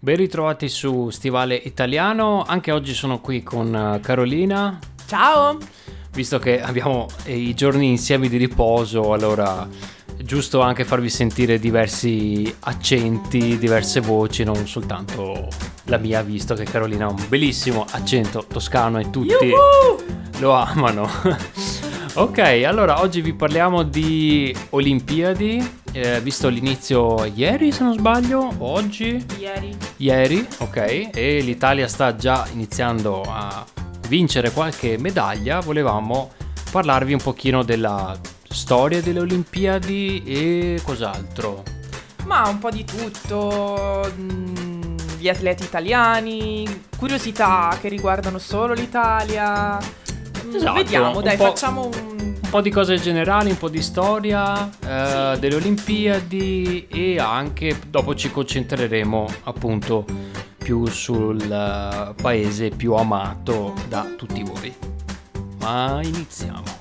Ben ritrovati su Stivale Italiano, anche oggi sono qui con Carolina. Ciao! Visto che abbiamo i giorni insieme di riposo, allora è giusto anche farvi sentire diversi accenti, diverse voci, non soltanto la mia, visto che Carolina ha un bellissimo accento toscano e tutti lo amano. Ok, allora oggi vi parliamo di Olimpiadi, visto l'inizio ieri se non sbaglio, o oggi? Ieri, ok, e l'Italia sta già iniziando a vincere qualche medaglia. Volevamo parlarvi un pochino della storia delle Olimpiadi e cos'altro. Ma un po' di tutto, gli atleti italiani, curiosità che riguardano solo l'Italia. Esatto, Vediamo, dai, facciamo un po' di cose generali, un po' di storia delle Olimpiadi, e anche dopo ci concentreremo appunto più sul paese più amato da tutti voi. Ma iniziamo.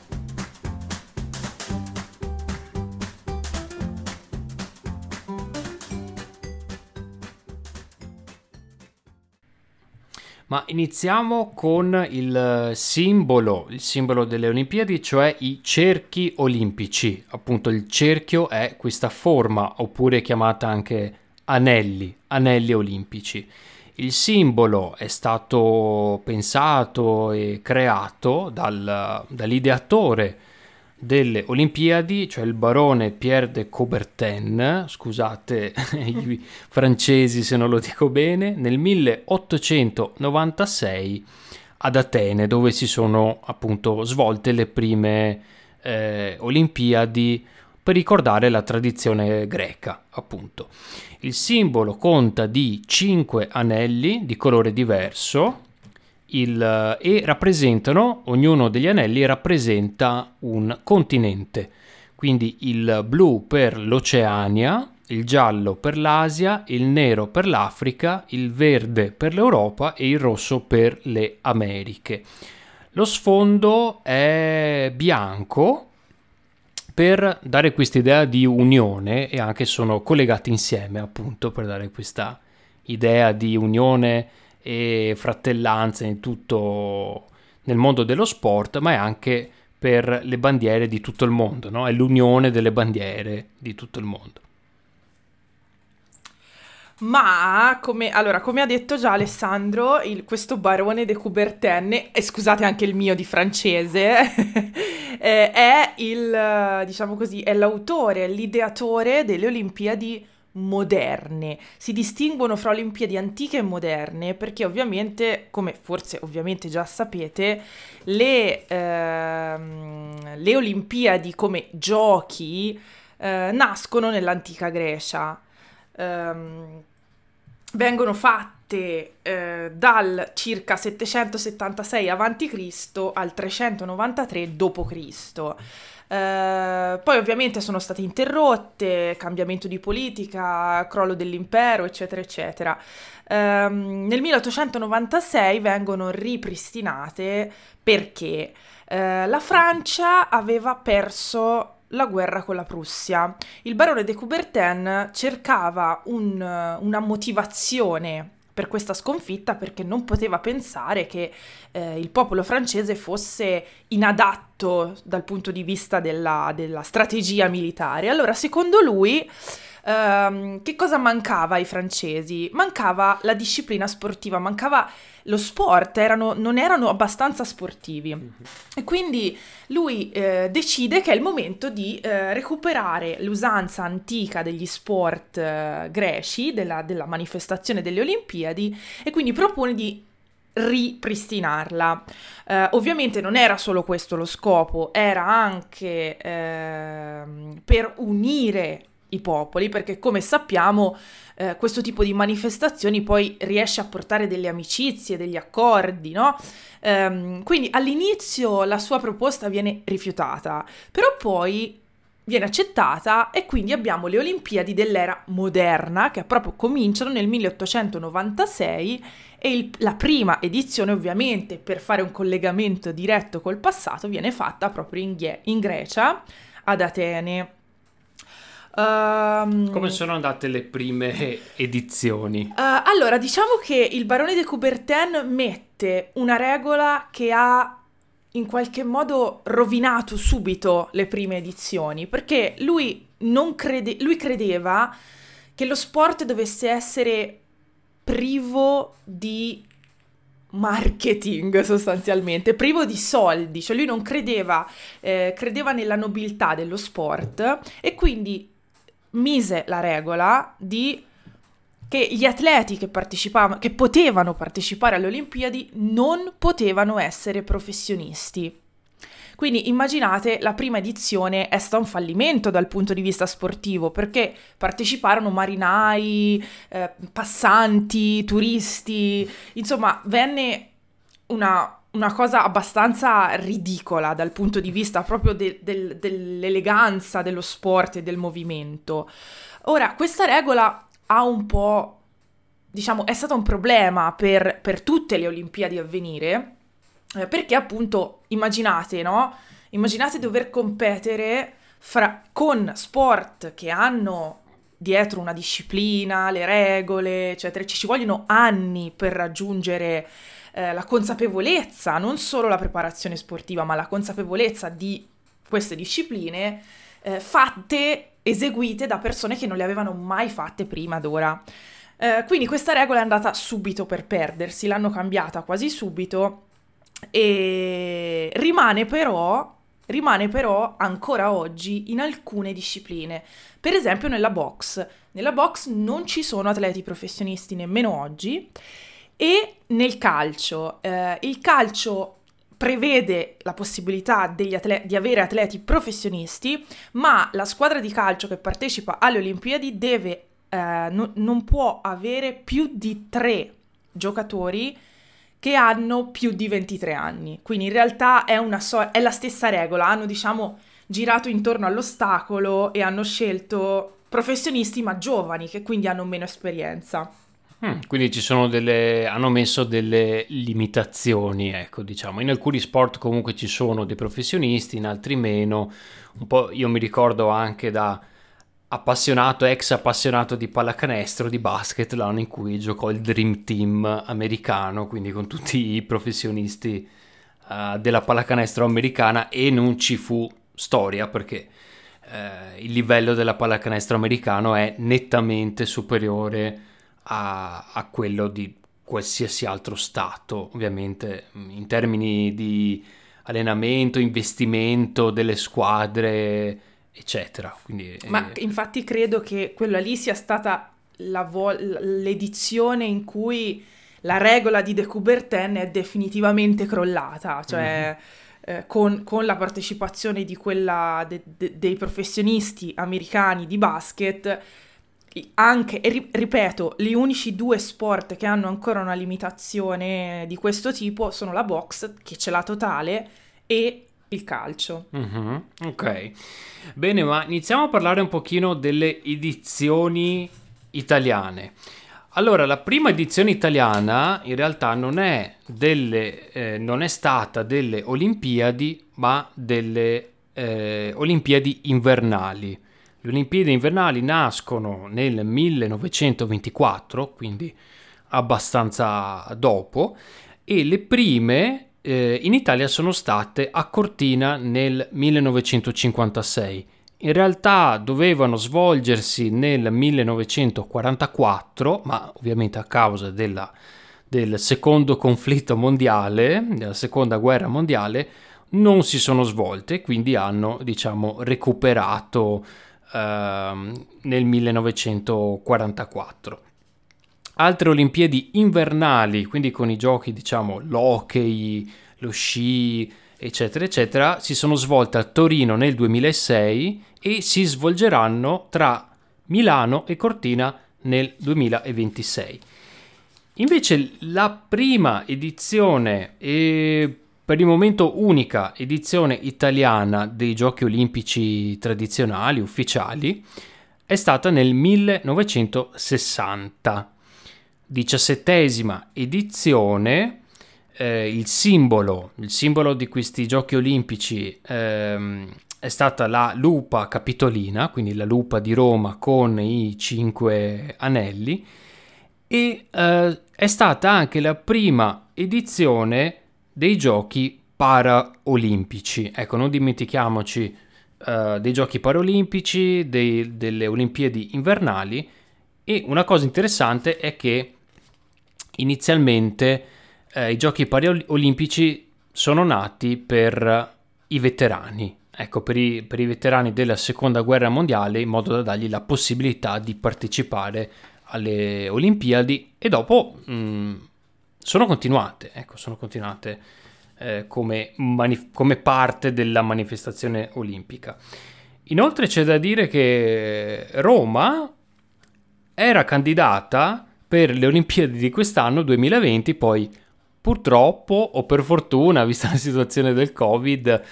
Ma iniziamo con il simbolo delle Olimpiadi, cioè i cerchi olimpici. Appunto il cerchio è questa forma, oppure chiamata anche anelli olimpici. Il simbolo è stato pensato e creato dall'ideatore delle Olimpiadi, cioè il barone Pierre de Coubertin, scusate i francesi se non lo dico bene, nel 1896 ad Atene, dove si sono appunto svolte le prime Olimpiadi per ricordare la tradizione greca, appunto. Il simbolo conta di 5 anelli di colore diverso e rappresentano, ognuno degli anelli rappresenta un continente, quindi il blu per l'Oceania, il giallo per l'Asia, il nero per l'Africa, il verde per l'Europa e il rosso per le Americhe. Lo sfondo è bianco per dare questa idea di unione, e anche sono collegati insieme appunto per dare questa idea di unione e fratellanza in tutto nel mondo dello sport, ma è anche per le bandiere di tutto il mondo, no? È l'unione delle bandiere di tutto il mondo. Ma come ha detto già Alessandro, questo barone de Coubertin, e scusate anche il mio di francese, è diciamo così, è l'autore, è l'ideatore delle Olimpiadi moderne. Si distinguono fra Olimpiadi antiche e moderne perché ovviamente, come forse ovviamente già sapete, le Olimpiadi come giochi nascono nell'antica Grecia. Vengono fatte dal circa 776 a.C. al 393 d.C. Poi ovviamente sono state interrotte, cambiamento di politica, crollo dell'impero, eccetera, eccetera. Nel 1896 vengono ripristinate perché la Francia aveva perso la guerra con la Prussia. Il barone de Coubertin cercava una motivazione per questa sconfitta, perché non poteva pensare che il popolo francese fosse inadatto dal punto di vista della strategia militare. Allora, secondo lui, che cosa mancava ai francesi? Mancava la disciplina sportiva, mancava lo sport, non erano abbastanza sportivi. E quindi lui decide che è il momento di recuperare l'usanza antica degli sport greci, della manifestazione delle Olimpiadi, e quindi propone di ripristinarla. Ovviamente non era solo questo lo scopo, era anche per unire i popoli, perché come sappiamo questo tipo di manifestazioni poi riesce a portare delle amicizie, degli accordi, no? Quindi all'inizio la sua proposta viene rifiutata, però poi viene accettata, e quindi abbiamo le Olimpiadi dell'era moderna, che proprio cominciano nel 1896, e la prima edizione, ovviamente, per fare un collegamento diretto col passato, viene fatta proprio in Grecia, ad Atene. Come sono andate le prime edizioni? Allora, diciamo che il Barone de Coubertin mette una regola che ha in qualche modo rovinato subito le prime edizioni, perché lui credeva che lo sport dovesse essere privo di marketing, sostanzialmente, privo di soldi, cioè lui non credeva nella nobiltà dello sport, e quindi mise la regola che gli atleti che potevano partecipare alle Olimpiadi non potevano essere professionisti. Quindi immaginate, la prima edizione è stato un fallimento dal punto di vista sportivo, perché parteciparono marinai, passanti, turisti, insomma venne una cosa abbastanza ridicola dal punto di vista proprio dell'eleganza dello sport e del movimento. Ora, questa regola ha un po', diciamo, è stato un problema per tutte le Olimpiadi a venire, perché appunto immaginate, no? Immaginate dover competere con sport che hanno dietro una disciplina, le regole, eccetera. Ci vogliono anni per raggiungere la consapevolezza, non solo la preparazione sportiva, ma la consapevolezza di queste discipline eseguite da persone che non le avevano mai fatte prima d'ora. Quindi questa regola è andata subito per perdersi, l'hanno cambiata quasi subito, e rimane però ancora oggi in alcune discipline. Per esempio nella box. Nella box non ci sono atleti professionisti nemmeno oggi, e nel calcio. Il calcio prevede la possibilità di avere atleti professionisti, ma la squadra di calcio che partecipa alle Olimpiadi non può avere più di 3 giocatori che hanno più di 23 anni. Quindi in realtà è la stessa regola. Hanno, diciamo, girato intorno all'ostacolo e hanno scelto professionisti ma giovani, che quindi hanno meno esperienza. Quindi hanno messo delle limitazioni, ecco, diciamo. In alcuni sport comunque ci sono dei professionisti, in altri meno. Un po' io mi ricordo anche da ex appassionato di pallacanestro, di basket, l'anno in cui giocò il Dream Team americano, quindi con tutti i professionisti della pallacanestro americana, e non ci fu storia perché il livello della pallacanestro americano è nettamente superiore a quello di qualsiasi altro stato, ovviamente in termini di allenamento, investimento delle squadre, eccetera. Quindi, ma infatti credo che quella lì sia stata l'edizione in cui la regola di de Coubertin è definitivamente crollata, cioè con la partecipazione di dei professionisti americani di basket. Anche, e ripeto, gli unici 2 sport che hanno ancora una limitazione di questo tipo sono la box, che ce l'ha totale, e il calcio. Ok, bene, ma iniziamo a parlare un pochino delle edizioni italiane. Allora, la prima edizione italiana in realtà non è stata delle Olimpiadi, ma delle Olimpiadi invernali. Le Olimpiadi invernali nascono nel 1924, quindi abbastanza dopo, e le prime in Italia sono state a Cortina nel 1956. In realtà dovevano svolgersi nel 1944, ma ovviamente a causa del secondo conflitto mondiale, della seconda guerra mondiale, non si sono svolte, quindi hanno, diciamo, recuperato nel 1944. Altre Olimpiadi invernali, quindi con i giochi, diciamo, l'hockey, lo sci, eccetera, eccetera, si sono svolte a Torino nel 2006 e si svolgeranno tra Milano e Cortina nel 2026. Invece la prima edizione e per il momento unica edizione italiana dei Giochi Olimpici tradizionali, ufficiali, è stata nel 1960. 17ª edizione. Il simbolo di questi Giochi Olimpici è stata la Lupa Capitolina, quindi la Lupa di Roma con i 5 anelli, e è stata anche la prima edizione dei giochi paraolimpici. Ecco, non dimentichiamoci dei giochi paraolimpici, delle Olimpiadi invernali. E una cosa interessante è che inizialmente i giochi paraolimpici sono nati per i veterani, ecco, per i veterani della seconda guerra mondiale, in modo da dargli la possibilità di partecipare alle Olimpiadi, e dopo sono continuate, ecco, come parte della manifestazione olimpica. Inoltre c'è da dire che Roma era candidata per le Olimpiadi di quest'anno 2020, poi purtroppo o per fortuna, vista la situazione del Covid,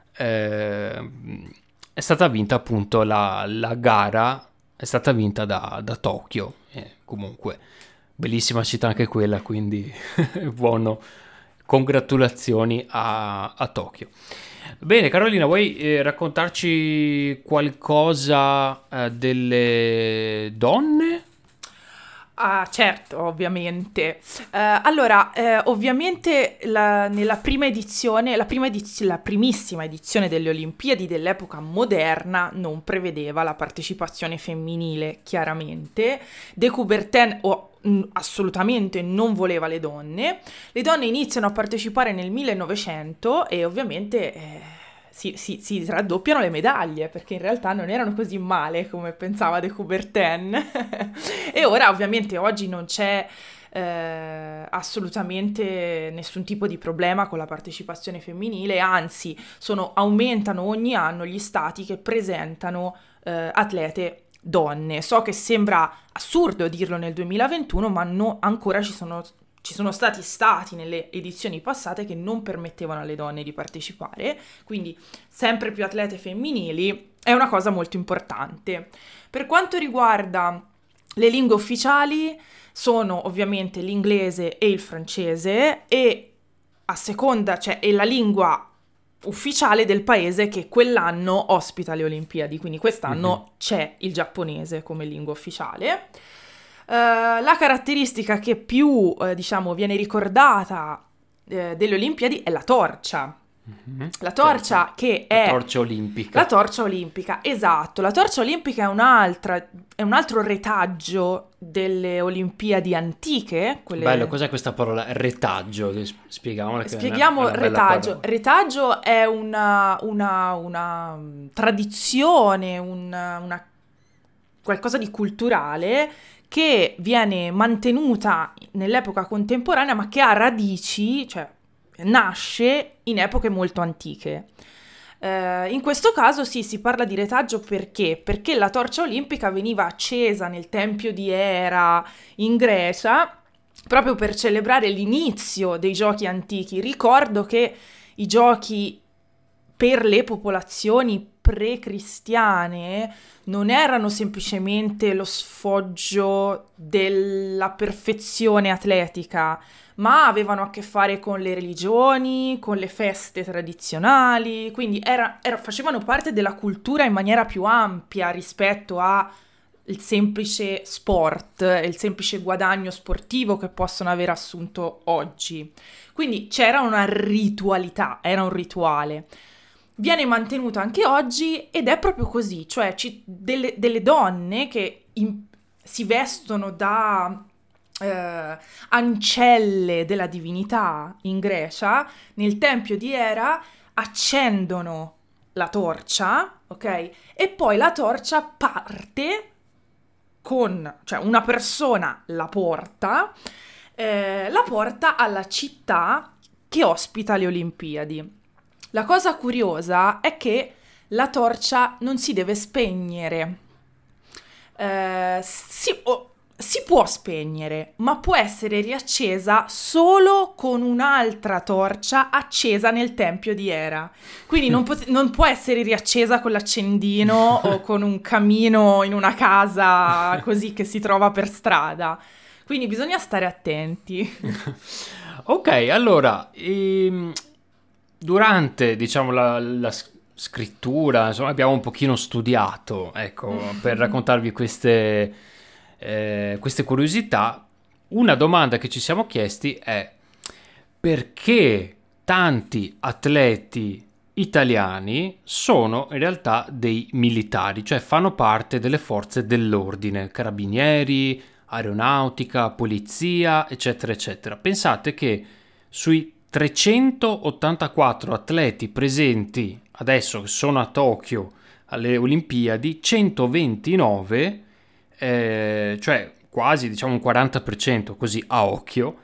è stata vinta appunto la gara, è stata vinta da Tokyo. Comunque bellissima città anche quella, quindi buono, congratulazioni a Tokyo. Bene, Carolina, vuoi raccontarci qualcosa delle donne? Ah, certo, ovviamente. Allora, ovviamente nella prima edizione, la primissima edizione delle Olimpiadi dell'epoca moderna non prevedeva la partecipazione femminile, chiaramente. De Coubertin assolutamente non voleva le donne. Le donne iniziano a partecipare nel 1900 e ovviamente si raddoppiano le medaglie, perché in realtà non erano così male come pensava De Coubertin. E ora ovviamente oggi non c'è assolutamente nessun tipo di problema con la partecipazione femminile, anzi aumentano ogni anno gli stati che presentano atlete donne. So che sembra assurdo dirlo nel 2021, ma ancora ci sono stati stati nelle edizioni passate che non permettevano alle donne di partecipare, quindi sempre più atlete femminili è una cosa molto importante. Per quanto riguarda le lingue ufficiali, sono ovviamente l'inglese e il francese, e a seconda, cioè è la lingua ufficiale del paese che quell'anno ospita le Olimpiadi, quindi quest'anno c'è il giapponese come lingua ufficiale. La caratteristica che più, diciamo, viene ricordata delle Olimpiadi è la torcia. La torcia, certo, che è... La torcia olimpica. La torcia olimpica, esatto. La torcia olimpica è un altro retaggio delle Olimpiadi antiche. Bello, cos'è questa parola? Retaggio, spieghiamola. Spieghiamo retaggio. Retaggio è una tradizione, una qualcosa di culturale che viene mantenuta nell'epoca contemporanea, ma che ha radici, cioè nasce in epoche molto antiche. In questo caso sì, si parla di retaggio perché la torcia olimpica veniva accesa nel Tempio di Era in Grecia proprio per celebrare l'inizio dei giochi antichi. Ricordo che i giochi per le popolazioni pre-cristiane non erano semplicemente lo sfoggio della perfezione atletica, ma avevano a che fare con le religioni, con le feste tradizionali, quindi facevano parte della cultura in maniera più ampia rispetto al semplice sport, il semplice guadagno sportivo che possono aver assunto oggi. Quindi c'era una ritualità, era un rituale. Viene mantenuto anche oggi ed è proprio così, cioè delle donne che si vestono da ancelle della divinità in Grecia, nel Tempio di Era accendono la torcia, ok? E poi la torcia parte cioè una persona la porta alla città che ospita le Olimpiadi. La cosa curiosa è che la torcia non si deve spegnere. Si può spegnere, ma può essere riaccesa solo con un'altra torcia accesa nel Tempio di Era. Quindi non può essere riaccesa con l'accendino o con un camino in una casa così che si trova per strada. Quindi bisogna stare attenti. Ok, allora... Durante, diciamo, scrittura, insomma abbiamo un pochino studiato, ecco, per raccontarvi queste curiosità. Una domanda che ci siamo chiesti è: perché tanti atleti italiani sono in realtà dei militari, cioè fanno parte delle forze dell'ordine, carabinieri, aeronautica, polizia, eccetera, eccetera. Pensate che sui 384 atleti presenti adesso che sono a Tokyo alle Olimpiadi, 129, cioè quasi diciamo un 40% così a occhio,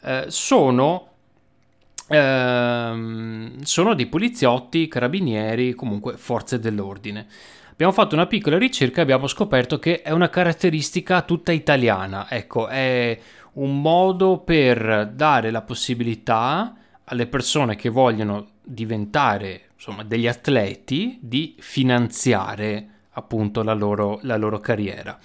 sono dei poliziotti, carabinieri, comunque forze dell'ordine. Abbiamo fatto una piccola ricerca e abbiamo scoperto che è una caratteristica tutta italiana. Ecco, è un modo per dare la possibilità alle persone che vogliono diventare, insomma, degli atleti di finanziare appunto la loro carriera.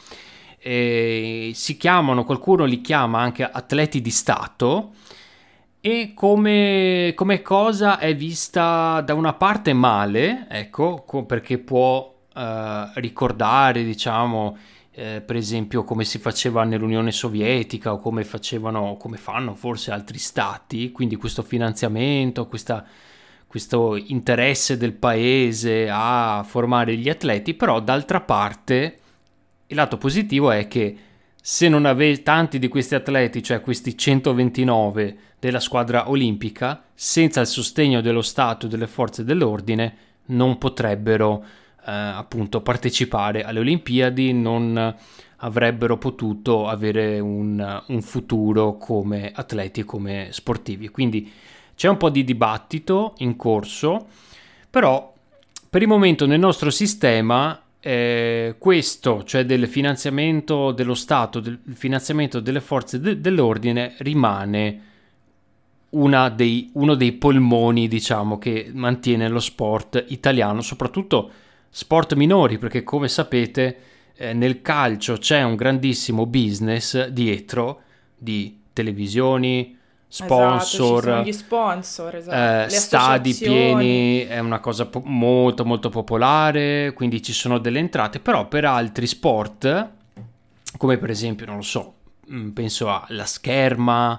Si chiamano, qualcuno li chiama anche atleti di Stato, e come cosa è vista da una parte male, ecco, perché può ricordare, diciamo, per esempio come si faceva nell'Unione Sovietica o come fanno forse altri stati, quindi questo finanziamento, questo interesse del paese a formare gli atleti. Però d'altra parte il lato positivo è che se non avevi tanti di questi atleti, cioè questi 129 della squadra olimpica, senza il sostegno dello Stato e delle forze dell'ordine non potrebbero appunto partecipare alle Olimpiadi, non avrebbero potuto avere un futuro come atleti, come sportivi. Quindi c'è un po' di dibattito in corso, però per il momento nel nostro sistema questo, cioè del finanziamento dello Stato, del finanziamento delle forze dell'ordine, rimane uno dei polmoni, diciamo, che mantiene lo sport italiano, soprattutto sport minori, perché come sapete nel calcio c'è un grandissimo business dietro di televisioni, sponsor, esatto, ci sono gli sponsor, esatto. Le stadi associazioni. pieni, è una cosa molto molto popolare, quindi ci sono delle entrate. Però per altri sport, come per esempio, non lo so, penso alla scherma,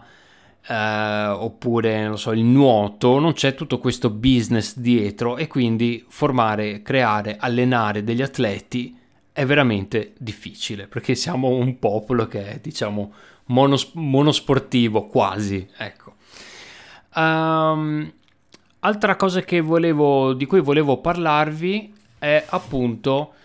oppure non lo so, il nuoto, non c'è tutto questo business dietro, e quindi formare, creare, allenare degli atleti è veramente difficile, perché siamo un popolo che è, diciamo, monosportivo quasi, ecco. Altra cosa di cui volevo parlarvi è appunto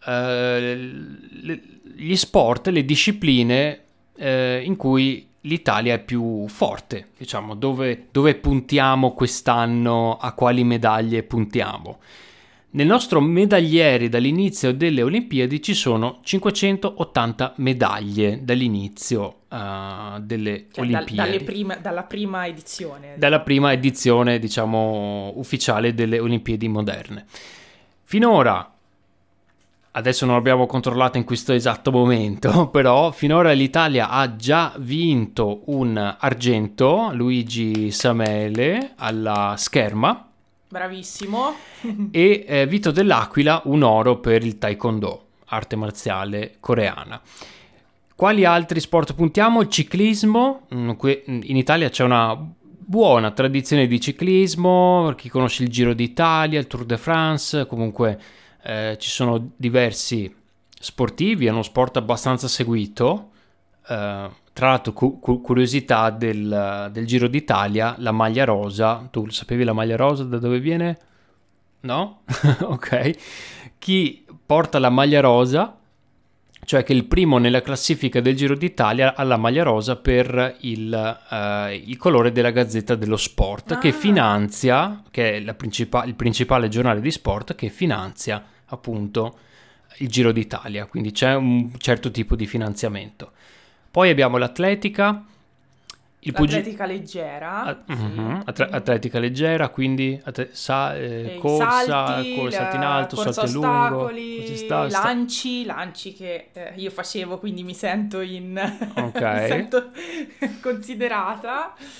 gli sport, le discipline in cui l'Italia è più forte, diciamo, dove puntiamo quest'anno, a quali medaglie puntiamo. Nel nostro medagliere dall'inizio delle Olimpiadi ci sono 580 medaglie dall'inizio delle Olimpiadi. Dalla prima edizione. Dalla prima edizione, diciamo, ufficiale delle Olimpiadi moderne. Finora, adesso non l'abbiamo controllato in questo esatto momento, però finora l'Italia ha già vinto un argento, Luigi Samele, alla scherma. Bravissimo. E Vito Dell'Aquila un oro per il Taekwondo, arte marziale coreana. Quali altri sport puntiamo? Il ciclismo. In Italia c'è una buona tradizione di ciclismo, per chi conosce il Giro d'Italia, il Tour de France, comunque ci sono diversi sportivi, è uno sport abbastanza seguito. Tra l'altro, curiosità del Giro d'Italia, la maglia rosa. Tu sapevi la maglia rosa da dove viene? No? Ok. Chi porta la maglia rosa, cioè che il primo nella classifica del Giro d'Italia ha la maglia rosa per il colore della Gazzetta dello Sport, che finanzia, che è il principale giornale di sport, che finanzia appunto il Giro d'Italia, quindi c'è un certo tipo di finanziamento. Poi abbiamo l'atletica, l'atletica leggera, atletica leggera, quindi corsa in alto, corsa salto lungo, lanci che io facevo, quindi mi sento mi okay. sento considerata.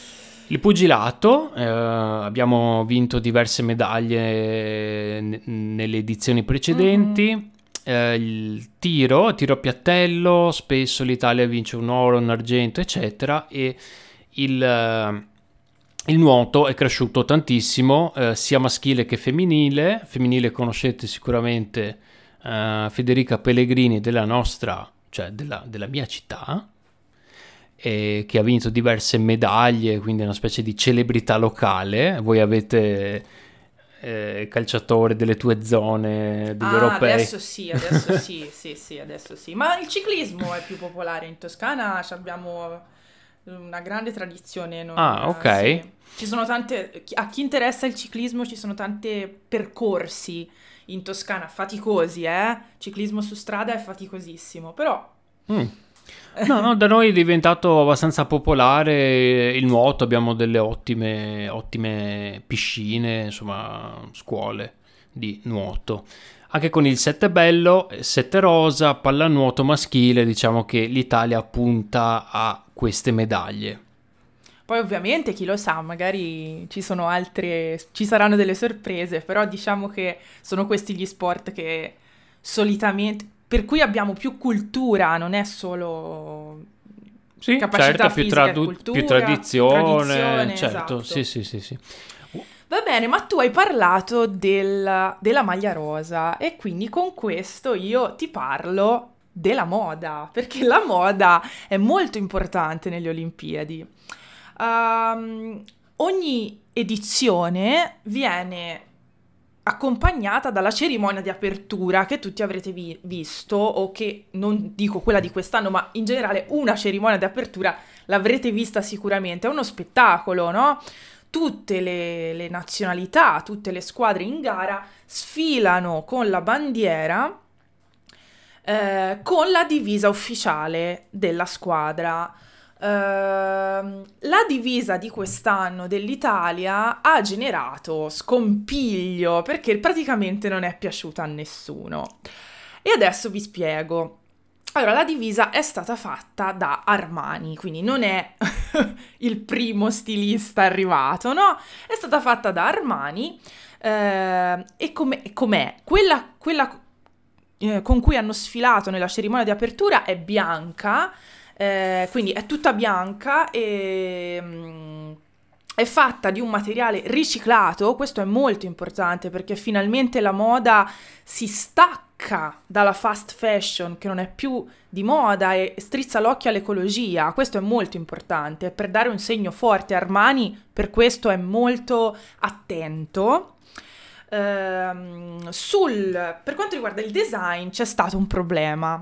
Il pugilato, abbiamo vinto diverse medaglie nelle edizioni precedenti. Il tiro a piattello, spesso l'Italia vince un oro, un argento, eccetera, e il nuoto è cresciuto tantissimo, sia maschile che femminile. Femminile conoscete sicuramente Federica Pellegrini della nostra, cioè della mia città, che ha vinto diverse medaglie, quindi è una specie di celebrità locale. Voi avete calciatore delle tue zone, degli europei. Adesso sì, sì, adesso sì. Ma il ciclismo è più popolare in Toscana, abbiamo una grande tradizione. Ok. Sì. Ci sono tante, a chi interessa il ciclismo ci sono tanti percorsi in Toscana, faticosi, ciclismo su strada è faticosissimo, però... No, da noi è diventato abbastanza popolare il nuoto, abbiamo delle ottime piscine, insomma, scuole di nuoto. Anche con il 7 bello, 7 rosa, pallanuoto maschile, diciamo che l'Italia punta a queste medaglie. Poi ovviamente, chi lo sa, magari ci saranno delle sorprese, però diciamo che sono questi gli sport che solitamente... Per cui abbiamo più cultura, non è solo capacità certo, fisica e cultura, più tradizione, esatto. certo, sì. Va bene, ma tu hai parlato della maglia rosa e quindi con questo io ti parlo della moda, perché la moda è molto importante nelle Olimpiadi. Ogni edizione viene accompagnata dalla cerimonia di apertura che tutti avrete visto, o che non dico quella di quest'anno, ma in generale una cerimonia di apertura l'avrete vista sicuramente. È uno spettacolo, no? Tutte le nazionalità, tutte le squadre in gara sfilano con la bandiera, con la divisa ufficiale della squadra. La divisa di quest'anno dell'Italia ha generato scompiglio perché praticamente non è piaciuta a nessuno. E adesso vi spiego. Allora, la divisa è stata fatta da Armani, quindi non è il primo stilista arrivato, no? È stata fatta da Armani e com'è? Quella con cui hanno sfilato nella cerimonia di apertura è bianca. Quindi è tutta bianca e è fatta di un materiale riciclato. Questo è molto importante perché finalmente la moda si stacca dalla fast fashion, che non è più di moda, e strizza l'occhio all'ecologia. Questo è molto importante per dare un segno forte. Armani per questo è molto attento. Per quanto riguarda il design c'è stato un problema.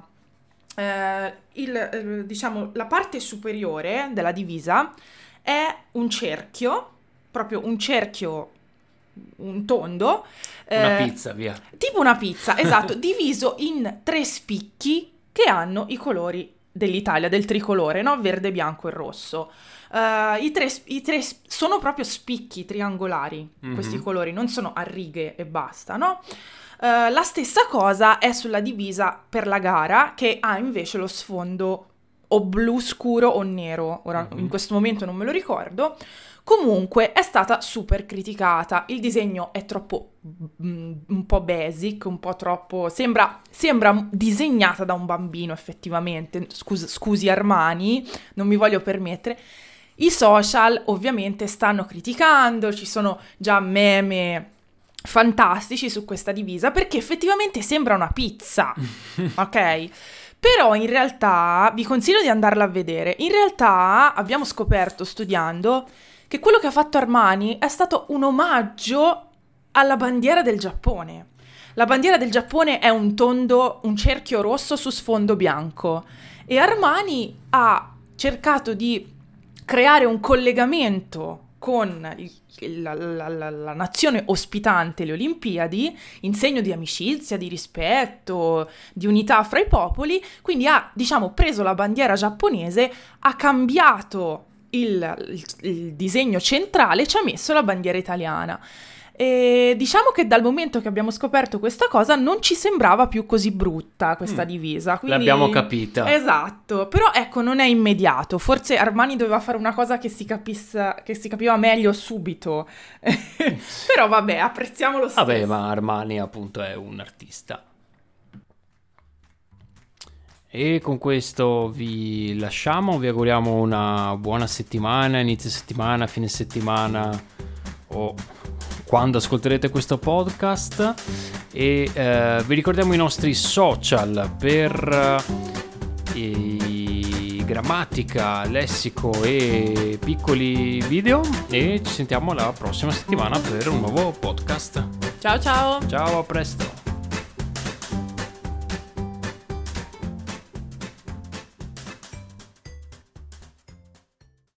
Diciamo, la parte superiore della divisa è un cerchio, proprio un cerchio, un tondo. Una pizza, via. Tipo una pizza, esatto, diviso in 3 spicchi che hanno i colori dell'Italia, del tricolore, no? Verde, bianco e rosso. I tre sono proprio spicchi triangolari, questi colori, non sono a righe e basta, no? La stessa cosa è sulla divisa per la gara, che ha invece lo sfondo o blu scuro o nero. Ora in questo momento non me lo ricordo. Comunque è stata super criticata. Il disegno è troppo un po' basic, un po' troppo sembra disegnata da un bambino effettivamente. Scusi Armani, non mi voglio permettere. I social ovviamente stanno criticando, ci sono già meme fantastici su questa divisa perché effettivamente sembra una pizza, ok? Però in realtà vi consiglio di andarla a vedere. In realtà abbiamo scoperto studiando che quello che ha fatto Armani è stato un omaggio alla bandiera del Giappone. La bandiera del Giappone è un tondo, un cerchio rosso su sfondo bianco, e Armani ha cercato di creare un collegamento con la nazione ospitante le Olimpiadi, in segno di amicizia, di rispetto, di unità fra i popoli. Quindi ha, diciamo, preso la bandiera giapponese, ha cambiato il disegno centrale, ci ha messo la bandiera italiana. E diciamo che dal momento che abbiamo scoperto questa cosa non ci sembrava più così brutta questa divisa. Quindi... L'abbiamo capita. Esatto, però ecco, non è immediato. Forse Armani doveva fare una cosa che si capiva meglio subito. Però vabbè, apprezziamo lo stesso. Vabbè, ma Armani appunto è un artista. E con questo vi lasciamo, vi auguriamo una buona settimana, inizio settimana, fine settimana o quando ascolterete questo podcast, e vi ricordiamo i nostri social per grammatica, lessico e piccoli video, e ci sentiamo la prossima settimana per un nuovo podcast. Ciao ciao! Ciao, a presto!